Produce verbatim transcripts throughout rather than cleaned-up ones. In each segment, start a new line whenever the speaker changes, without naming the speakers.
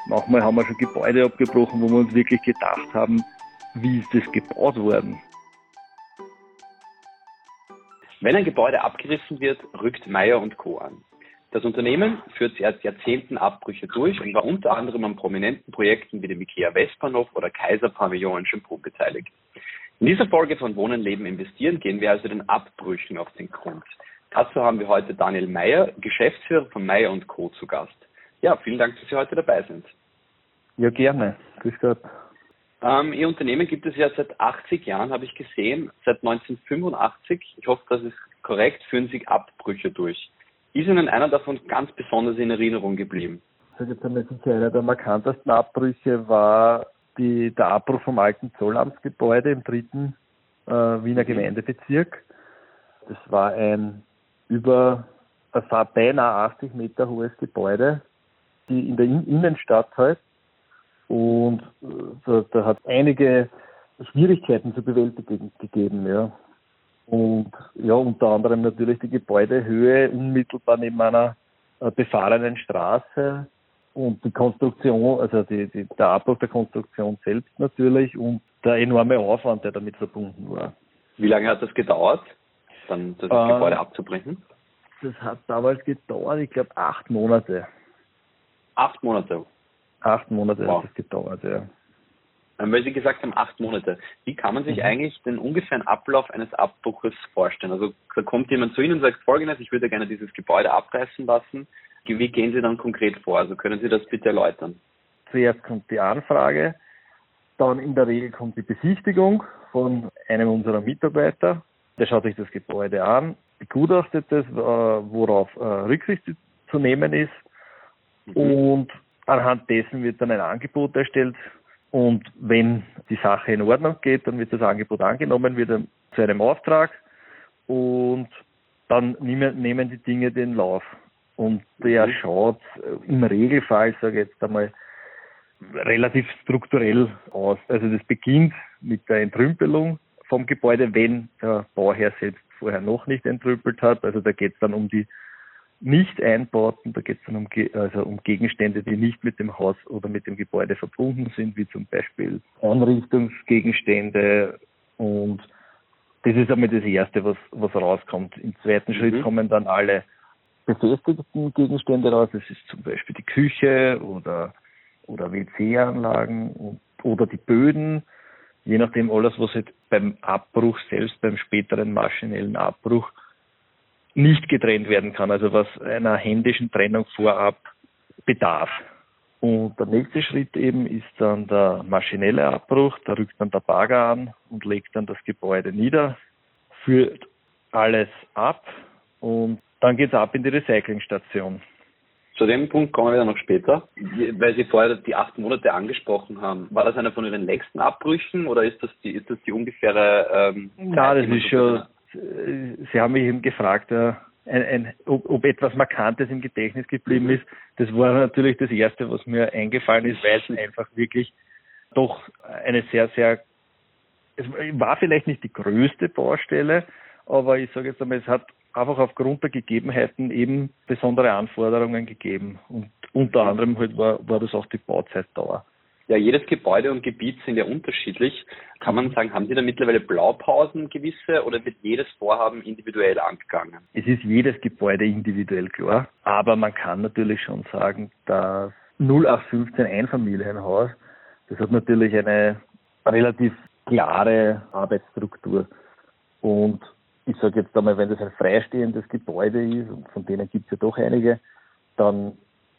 Manchmal haben wir schon Gebäude abgebrochen, wo wir uns wirklich gedacht haben, wie ist das gebaut worden?
Wenn ein Gebäude abgerissen wird, rückt Meyer und Co. an. Das Unternehmen führt seit Jahrzehnten Abbrüche durch und war unter anderem an prominenten Projekten wie dem IKEA Westbahnhof oder Kaiser Pavillon in Schönbrunn beteiligt. In dieser Folge von Wohnen, Leben, Investieren gehen wir also den Abbrüchen auf den Grund. Dazu haben wir heute Daniel Meyer, Geschäftsführer von Meyer und Co. zu Gast. Ja, vielen Dank, dass Sie heute dabei sind.
Ja, gerne. Grüß Gott.
Ähm, Ihr Unternehmen gibt es ja seit achtzig Jahren, habe ich gesehen, seit neunzehnhundertfünfundachtzig. Ich hoffe, das ist korrekt, führen Sie Abbrüche durch. Ist Ihnen einer davon ganz besonders in Erinnerung geblieben?
Ich sage jetzt einmal sicher, einer der markantesten Abbrüche war die, der Abbruch vom alten Zollamtsgebäude im dritten äh, Wiener Gemeindebezirk. Das war ein über, es war beinahe achtzig Meter hohes Gebäude, die in der Innenstadt halt. Und da, da hat einige Schwierigkeiten zu bewältigen gegeben, ja. Und ja, unter anderem natürlich die Gebäudehöhe unmittelbar neben einer äh, befahrenen Straße und die Konstruktion, also die, die, der Abbruch der Konstruktion selbst natürlich und der enorme Aufwand, der damit verbunden war.
Wie lange hat das gedauert, dann das
äh,
Gebäude abzubrechen?
Das hat damals gedauert, ich glaube, acht Monate.
Acht Monate?
Acht Monate
wow.
hat das gedauert, ja.
Weil Sie gesagt haben, acht Monate. Wie kann man sich mhm. eigentlich den ungefähren Ablauf eines Abbruches vorstellen? Also da kommt jemand zu Ihnen und sagt Folgendes, ich würde gerne dieses Gebäude abreißen lassen. Wie gehen Sie dann konkret vor? Also können Sie das bitte erläutern?
Zuerst kommt die Anfrage, dann in der Regel kommt die Besichtigung von einem unserer Mitarbeiter. Der schaut sich das Gebäude an, begutachtet es, worauf Rücksicht zu nehmen ist mhm. und anhand dessen wird dann ein Angebot erstellt. Und wenn die Sache in Ordnung geht, dann wird das Angebot angenommen, wird zu einem Auftrag und dann nehmen die Dinge den Lauf. Und der schaut im Regelfall, sage ich jetzt einmal, relativ strukturell aus. Also das beginnt mit der Entrümpelung vom Gebäude, wenn der Bauherr selbst vorher noch nicht entrümpelt hat. Also da geht es dann um die Nicht-Einbauten, da geht es dann um, also um Gegenstände, die nicht mit dem Haus oder mit dem Gebäude verbunden sind, wie zum Beispiel Anrichtungsgegenstände, und das ist einmal das Erste, was, was rauskommt. Im zweiten mhm. Schritt kommen dann alle befestigten Gegenstände raus, das ist zum Beispiel die Küche oder, oder W C-Anlagen oder die Böden, je nachdem alles, was jetzt beim Abbruch selbst, beim späteren maschinellen Abbruch nicht getrennt werden kann, also was einer händischen Trennung vorab bedarf. Und der nächste Schritt eben ist dann der maschinelle Abbruch, da rückt dann der Bagger an und legt dann das Gebäude nieder, führt alles ab und dann geht es ab in die Recyclingstation.
Zu dem Punkt kommen wir dann noch später, weil Sie vorher die acht Monate angesprochen haben. War das einer von Ihren längsten Abbrüchen oder ist das die, ist das die ungefähre ähm,
Ja, das ist schon... Sie haben mich eben gefragt, äh, ein, ein, ob, ob etwas Markantes im Gedächtnis geblieben mhm. ist. Das war natürlich das Erste, was mir eingefallen ist, weil es einfach wirklich doch eine sehr, sehr, es war vielleicht nicht die größte Baustelle, aber ich sage jetzt einmal, es hat einfach aufgrund der Gegebenheiten eben besondere Anforderungen gegeben. Und unter anderem halt war, war das auch die Bauzeitdauer.
Ja, jedes Gebäude und Gebiet sind ja unterschiedlich. Kann man sagen, haben Sie da mittlerweile Blaupausen gewisse oder wird jedes Vorhaben individuell angegangen?
Es ist jedes Gebäude individuell, klar. Aber man kann natürlich schon sagen, das null acht fünfzehn Einfamilienhaus, das hat natürlich eine relativ klare Arbeitsstruktur. Und ich sage jetzt einmal, wenn das ein freistehendes Gebäude ist, und von denen gibt es ja doch einige, dann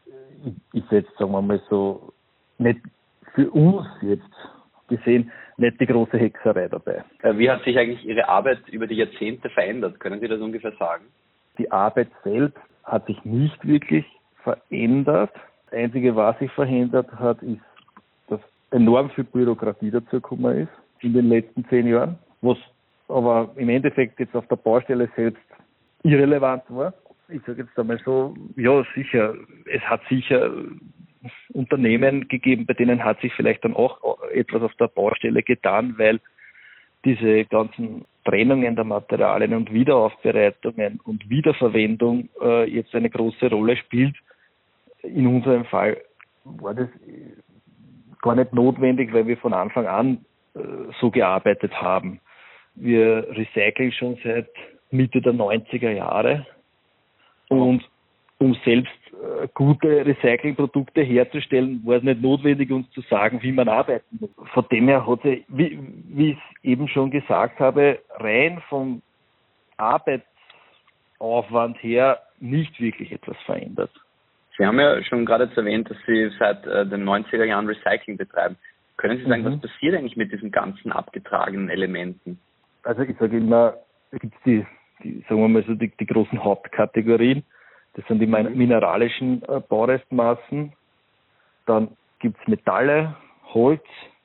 ist jetzt, sagen wir mal so, nicht für uns jetzt gesehen nicht die große Hexerei dabei.
Wie hat sich eigentlich Ihre Arbeit über die Jahrzehnte verändert? Können Sie das ungefähr sagen?
Die Arbeit selbst hat sich nicht wirklich verändert. Das Einzige, was sich verändert hat, ist, dass enorm viel Bürokratie dazugekommen ist in den letzten zehn Jahren, was aber im Endeffekt jetzt auf der Baustelle selbst irrelevant war. Ich sage jetzt einmal so, ja sicher, es hat sicher Unternehmen gegeben, bei denen hat sich vielleicht dann auch etwas auf der Baustelle getan, weil diese ganzen Trennungen der Materialien und Wiederaufbereitungen und Wiederverwendung äh, jetzt eine große Rolle spielt. In unserem Fall war das gar nicht notwendig, weil wir von Anfang an äh, so gearbeitet haben. Wir recyceln schon seit Mitte der neunziger Jahre und um selbst äh, gute Recyclingprodukte herzustellen, war es nicht notwendig, uns zu sagen, wie man arbeiten muss. Von dem her hat sich, wie, wie ich es eben schon gesagt habe, rein vom Arbeitsaufwand her nicht wirklich etwas verändert.
Sie haben ja schon gerade jetzt erwähnt, dass Sie seit äh, den neunziger Jahren Recycling betreiben. Können Sie sagen, mhm. was passiert eigentlich mit diesen ganzen abgetragenen Elementen?
Also ich sage immer, es gibt die, die, sagen wir mal so, die, die großen Hauptkategorien. Das sind die mhm. mineralischen äh, Baurestmassen. Dann gibt es Metalle, Holz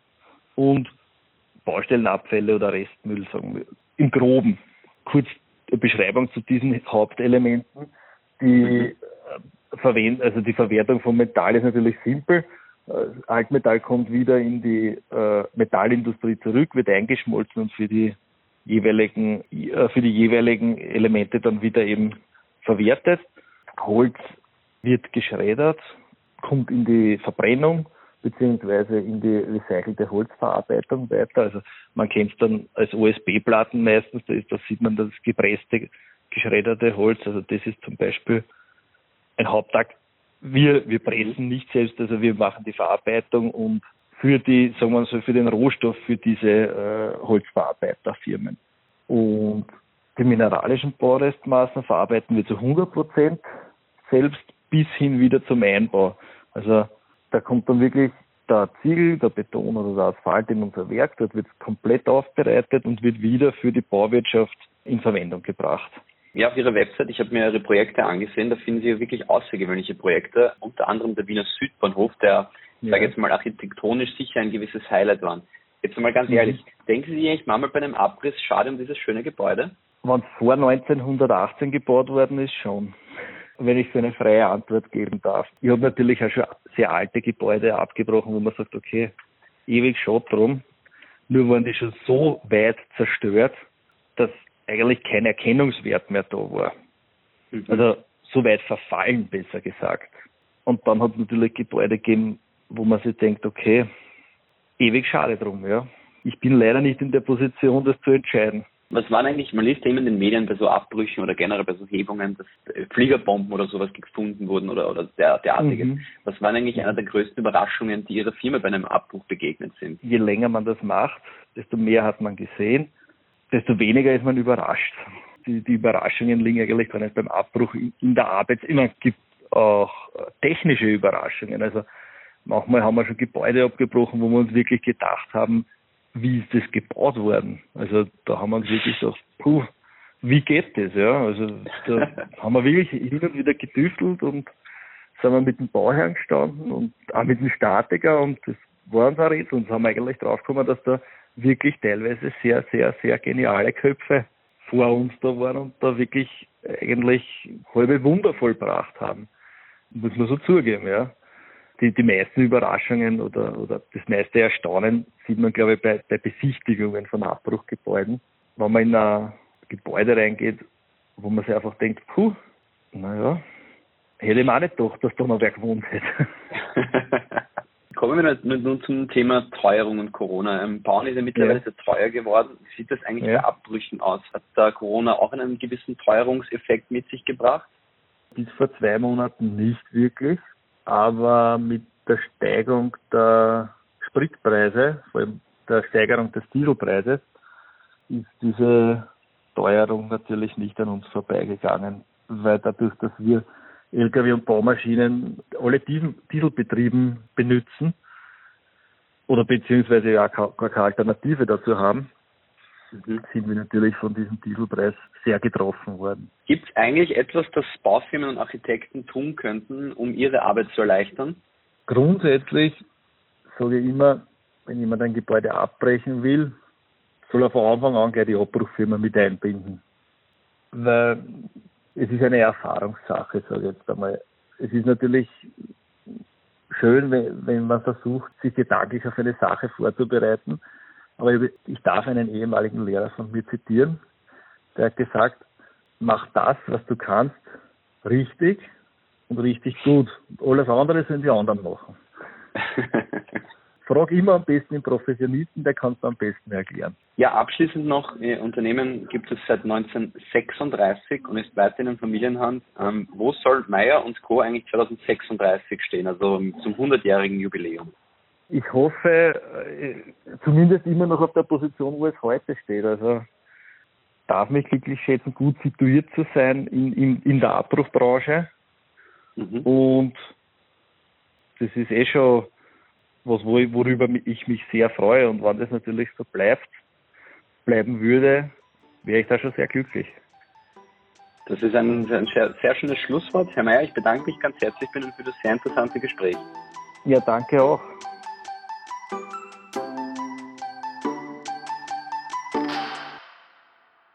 und Baustellenabfälle oder Restmüll, sagen wir. Im Groben. Kurz eine Beschreibung zu diesen Hauptelementen. Die mhm. Verwend, also die Verwertung von Metall ist natürlich simpel. Altmetall kommt wieder in die äh, Metallindustrie zurück, wird eingeschmolzen und für die jeweiligen äh, für die jeweiligen Elemente dann wieder eben verwertet. Holz wird geschreddert, kommt in die Verbrennung beziehungsweise in die recycelte Holzverarbeitung weiter. Also man kennt es dann als O S B-Platten meistens, da, ist, da sieht man das gepresste, geschredderte Holz. Also das ist zum Beispiel ein Hauptakt. Wir, wir pressen nicht selbst, also wir machen die Verarbeitung und für die, sagen wir mal so, für den Rohstoff für diese äh, Holzverarbeiterfirmen. Und die mineralischen Baurestmassen verarbeiten wir zu hundert Prozent selbst bis hin wieder zum Einbau. Also da kommt dann wirklich der Ziegel, der Beton oder der Asphalt in unser Werk, dort wird es komplett aufbereitet und wird wieder für die Bauwirtschaft in Verwendung gebracht.
Ja, auf Ihrer Website, ich habe mir Ihre Projekte angesehen, da finden Sie ja wirklich außergewöhnliche Projekte, unter anderem der Wiener Südbahnhof, der, ich ja. sage jetzt mal, architektonisch sicher ein gewisses Highlight war. Jetzt mal ganz mhm. ehrlich, denken Sie eigentlich manchmal bei einem Abriss, schade um dieses schöne Gebäude?
Wenn es vor neunzehnhundertachtzehn gebaut worden ist, schon. Wenn ich so eine freie Antwort geben darf. Ich habe natürlich auch schon sehr alte Gebäude abgebrochen, wo man sagt, okay, ewig schade drum. Nur waren die schon so weit zerstört, dass eigentlich kein Erkennungswert mehr da war. Mhm. Also so weit verfallen, besser gesagt. Und dann hat es natürlich Gebäude gegeben, wo man sich denkt, okay, ewig schade drum, ja. Ich bin leider nicht in der Position, das zu entscheiden.
Was waren eigentlich, man liest ja immer in den Medien bei so Abbrüchen oder generell bei so Hebungen, dass Fliegerbomben oder sowas gefunden wurden oder, oder der, derartiges. Mhm. Was waren eigentlich einer der größten Überraschungen, die Ihrer Firma bei einem Abbruch begegnet sind?
Je länger man das macht, desto mehr hat man gesehen, desto weniger ist man überrascht. Die, die Überraschungen liegen eigentlich gar nicht beim Abbruch in der Arbeit. Immer gibt auch technische Überraschungen. Also manchmal haben wir schon Gebäude abgebrochen, wo wir uns wirklich gedacht haben, wie ist das gebaut worden? Also da haben wir uns wirklich gedacht, puh, wie geht das? Ja, also da haben wir wirklich hin und wieder getüftelt und sind wir mit dem Bauherrn gestanden und auch mit dem Statiker und das war uns ein Rätsel und haben eigentlich draufgekommen, dass da wirklich teilweise sehr, sehr, sehr geniale Köpfe vor uns da waren und da wirklich eigentlich halbe Wunder vollbracht haben. Muss man so zugeben, ja. Die, die meisten Überraschungen oder, oder das meiste Erstaunen sieht man, glaube ich, bei, bei Besichtigungen von Abbruchgebäuden. Wenn man in ein Gebäude reingeht, wo man sich einfach denkt, puh, naja, hätte ich mir auch nicht gedacht, dass da noch wer gewohnt hätte.
Kommen wir nun zum Thema Teuerung und Corona. Ähm, Bauen ist ja mittlerweile ja. sehr teuer geworden. Wie sieht das eigentlich ja. bei Abbrüchen aus? Hat da Corona auch einen gewissen Teuerungseffekt mit sich gebracht?
Bis vor zwei Monaten nicht wirklich, aber mit der Steigerung der Spritpreise, vor allem der Steigerung des Dieselpreises, ist diese Teuerung natürlich nicht an uns vorbeigegangen, weil dadurch, dass wir L K W und Baumaschinen alle Diesel, Dieselbetrieben benutzen oder beziehungsweise ja gar keine Alternative dazu haben, mhm. sind wir natürlich von diesem Dieselpreis sehr getroffen worden.
Gibt es eigentlich etwas, das Baufirmen und Architekten tun könnten, um ihre Arbeit zu erleichtern?
Grundsätzlich sage ich immer, wenn jemand ein Gebäude abbrechen will, soll er von Anfang an gleich die Abbruchfirma mit einbinden. Weil es ist eine Erfahrungssache, sage ich jetzt einmal. Es ist natürlich schön, wenn, wenn man versucht, sich gedanklich auf eine Sache vorzubereiten. Aber ich darf einen ehemaligen Lehrer von mir zitieren, der hat gesagt, mach das, was du kannst, richtig und richtig gut. Und alles andere sollen die anderen machen. Frag immer am besten den Professionisten, der kann es am besten erklären.
Ja, abschließend noch, Ihr Unternehmen gibt es seit neunzehnhundertsechsunddreißig und ist weiterhin in Familienhand. Ähm, wo soll Meyer und Co. eigentlich zweitausendsechsunddreißig stehen, also zum hundertjährigen Jubiläum?
Ich hoffe, äh, zumindest immer noch auf der Position, wo es heute steht. Also darf mich glücklich schätzen, gut situiert zu sein in, in, in der Abbruchbranche. Mhm. Und das ist eh schon was, worüber ich mich sehr freue. Und wenn das natürlich so bleibt, bleiben würde, wäre ich da schon sehr glücklich.
Das ist ein, ein sehr, sehr schönes Schlusswort. Herr Meyer, ich bedanke mich ganz herzlich bei Ihnen für das sehr interessante Gespräch.
Ja, danke auch.